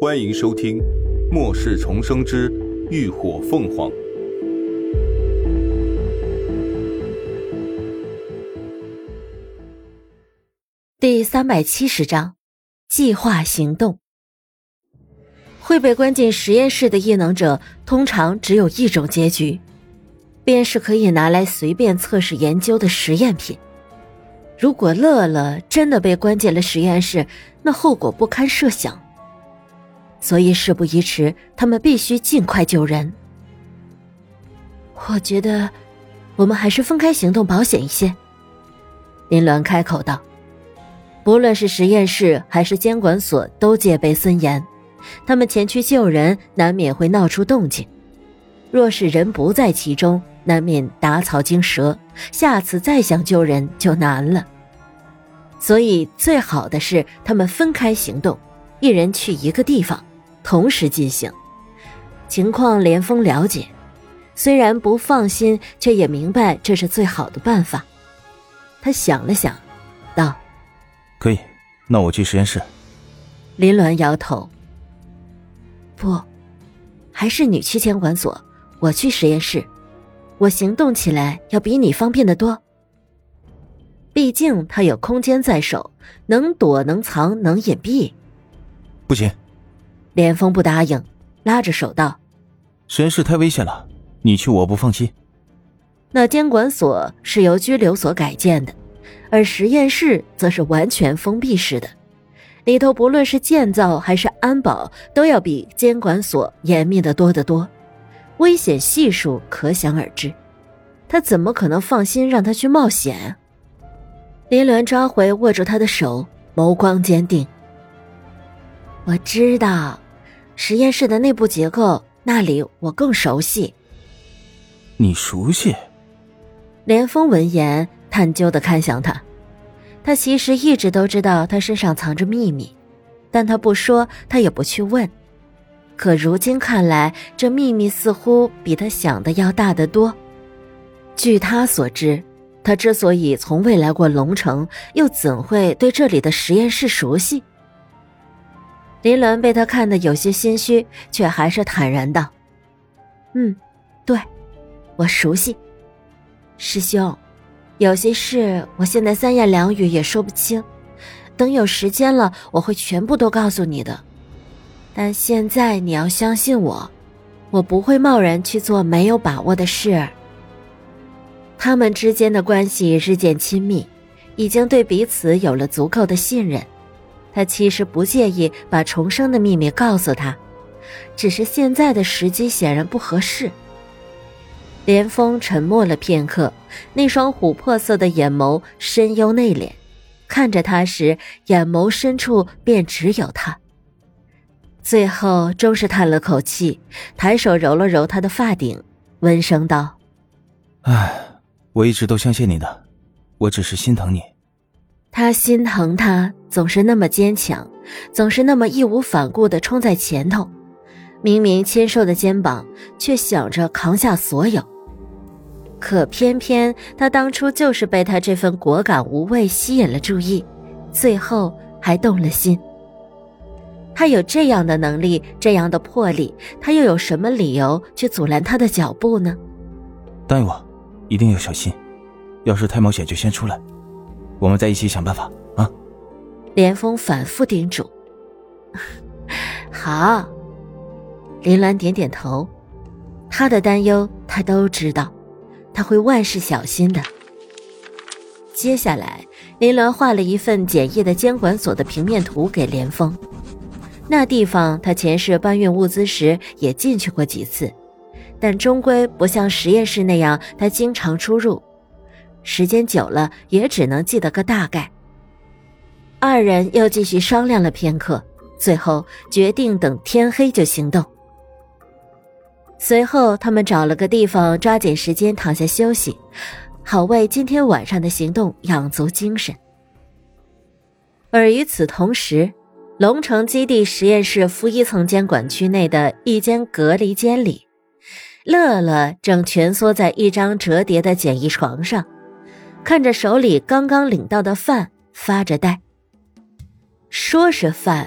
欢迎收听《末世重生之浴火凤凰》 第370章计划行动。会被关进实验室的异能者通常只有一种结局，便是可以拿来随便测试研究的实验品。如果乐乐真的被关进了实验室，那后果不堪设想。所以事不宜迟，他们必须尽快救人。我觉得我们还是分开行动保险一些。林鸾开口道。不论是实验室还是监管所都戒备森严，他们前去救人难免会闹出动静，若是人不在其中，难免打草惊蛇，下次再想救人就难了。所以最好的是他们分开行动，一人去一个地方，同时进行。情况连峰了解，虽然不放心，却也明白这是最好的办法。他想了想道， 可以，那我去实验室。 林鸾摇头，不，还是你去监管所，我去实验室，我行动起来要比你方便得多。毕竟他有空间在手，能躲能藏能隐蔽。 不行， 连峰不答应，拉着手道， 实验室太危险了，你去我不放心。 那监管所是由拘留所改建的，而实验室则是完全封闭式的，里头不论是建造还是安保都要比监管所严密得多得多，危险系数可想而知。他怎么可能放心让他去冒险？林鸾抓回握住他的手，眸光坚定。我知道，实验室的内部结构，那里我更熟悉。 你熟悉？ 连峰闻言探究地看向他，他其实一直都知道他身上藏着秘密，但他不说，他也不去问。可如今看来，这秘密似乎比他想的要大得多。据他所知，他之所以从未来过龙城，又怎会对这里的实验室熟悉？林鸾被他看得有些心虚，却还是坦然道：对，我熟悉。师兄，有些事我现在三言两语也说不清，等有时间了，我会全部都告诉你的。但现在你要相信我，我不会贸然去做没有把握的事。他们之间的关系日渐亲密，已经对彼此有了足够的信任。他其实不介意把重生的秘密告诉他，只是现在的时机显然不合适。连峰沉默了片刻，那双琥珀色的眼眸深幽内敛，看着他时，眼眸深处便只有他。最后终是叹了口气，抬手揉了揉他的发顶，温声道： 我一直都相信你的，我只是心疼你。 他心疼他总是那么坚强，总是那么义无反顾地冲在前头，明明纤瘦的肩膀，却想着扛下所有。可偏偏他当初就是被他这份果敢无畏吸引了注意，最后还动了心。他有这样的能力，这样的魄力，他又有什么理由去阻拦他的脚步呢？ 答应我，一定要小心，要是太冒险就先出来，我们再一起想办法啊！ 连峰反复叮嘱。好。林鸾点点头，他的担忧他都知道，他会万事小心的。接下来，林鸾画了一份简易的监管所的平面图给连峰。那地方他前世搬运物资时也进去过几次，但终归不像实验室那样他经常出入，时间久了也只能记得个大概。二人又继续商量了片刻，最后决定等天黑就行动。随后他们找了个地方，抓紧时间躺下休息，好为今天晚上的行动养足精神。而与此同时，龙城基地实验室负一层监管区内的一间隔离间里，乐乐正蜷缩在一张折叠的简易床上，看着手里刚刚领到的饭发着呆。说是饭，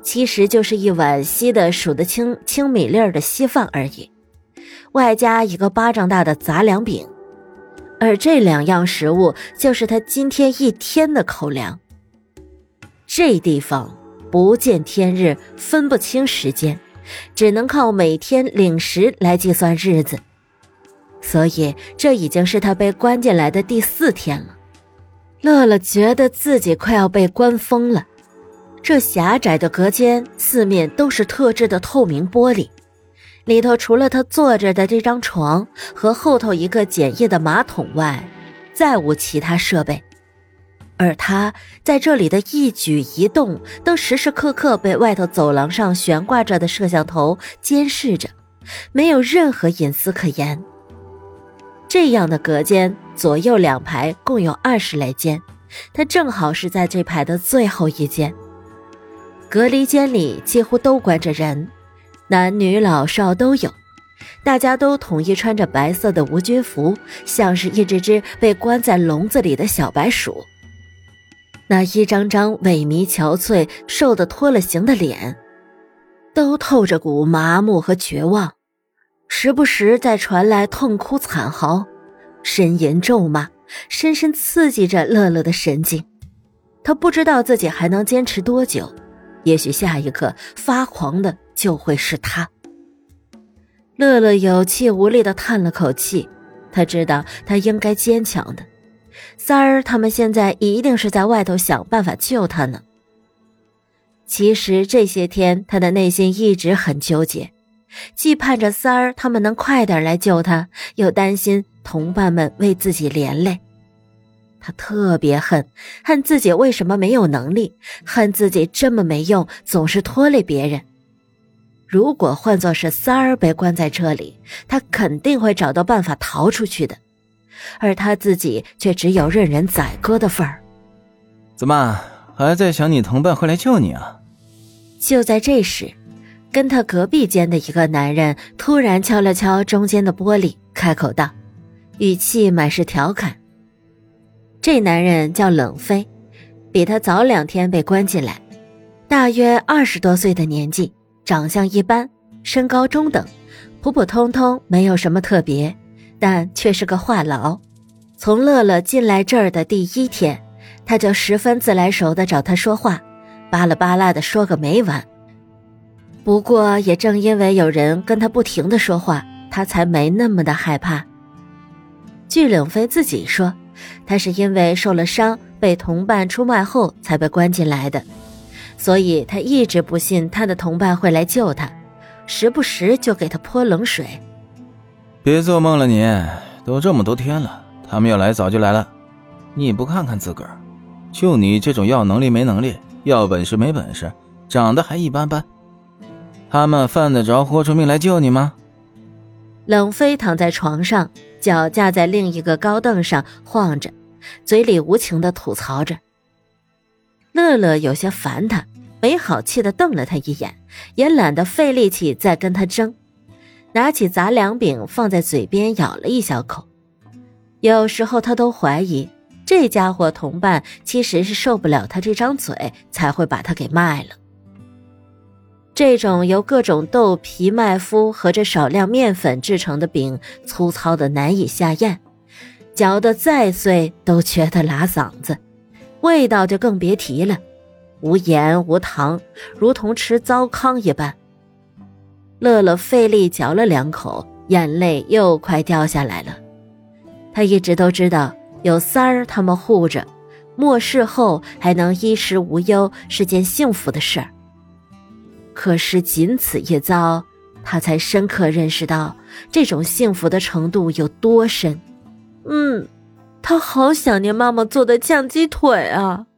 其实就是一碗稀得数得清米粒儿的稀饭而已，外加一个巴掌大的杂粮饼，而这2样食物就是他今天一天的口粮。这地方不见天日，分不清时间，只能靠每天领食来计算日子，所以这已经是他被关进来的第4天了。乐乐觉得自己快要被关疯了。这狭窄的隔间四面都是特制的透明玻璃，里头除了他坐着的这张床和后头一个简易的马桶外，再无其他设备。而他在这里的一举一动都时时刻刻被外头走廊上悬挂着的摄像头监视着，没有任何隐私可言。这样的隔间左右2排共有20来间，他正好是在这排的最后一间。隔离间里几乎都关着人，男女老少都有，大家都统一穿着白色的无菌服，像是一只只被关在笼子里的小白鼠。那一张张萎靡憔悴、瘦得脱了形的脸，都透着股麻木和绝望，时不时再传来痛哭惨嚎，呻吟咒骂，深深刺激着乐乐的神经。他不知道自己还能坚持多久，也许下一刻发狂的就会是他。乐乐有气无力地叹了口气，他知道他应该坚强的。三儿他们现在一定是在外头想办法救他呢。其实这些天他的内心一直很纠结，既盼着三儿他们能快点来救他，又担心同伴们为自己连累。他特别恨自己为什么没有能力，恨自己这么没用，总是拖累别人。如果换作是三儿被关在这里，他肯定会找到办法逃出去的，而他自己却只有任人宰割的份儿。 怎么还在想你同伴会来救你啊？ 就在这时，跟他隔壁间的一个男人突然敲了敲中间的玻璃，开口道，语气满是调侃。这男人叫冷飞，比他早2天被关进来，大约20多岁的年纪，长相一般，身高中等，普普通通，没有什么特别，但却是个话痨。从乐乐进来这儿的第1天，他就十分自来熟地找他说话，巴拉巴拉地说个没完。不过也正因为有人跟他不停地说话，他才没那么的害怕。据冷飞自己说，他是因为受了伤，被同伴出卖后才被关进来的，所以他一直不信他的同伴会来救他，时不时就给他泼冷水。 别做梦了你，都这么多天了，他们要来早就来了，你不看看自个儿，就你这种要能力没能力，要本事没本事，长得还一般般，他们犯得着豁出命来救你吗？ 冷飞躺在床上，脚架在另一个高凳上晃着，嘴里无情地吐槽着。乐乐有些烦他，没好气地瞪了他一眼，也懒得费力气再跟他争，拿起杂粮饼放在嘴边咬了一小口。有时候他都怀疑这家伙同伴其实是受不了他这张嘴，才会把他给卖了。这种由各种豆皮、麦麸和这少量面粉制成的饼，粗糙的难以下咽，嚼得再碎都觉得拉嗓子，味道就更别提了，无盐无糖，如同吃糟糠一般。乐乐费力嚼了2口，眼泪又快掉下来了。他一直都知道有三儿他们护着，末世后还能衣食无忧是件幸福的事儿。可是仅此一遭，他才深刻认识到这种幸福的程度有多深。他好想念妈妈做的酱鸡腿啊！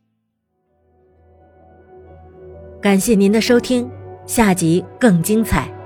感谢您的收听，下集更精彩。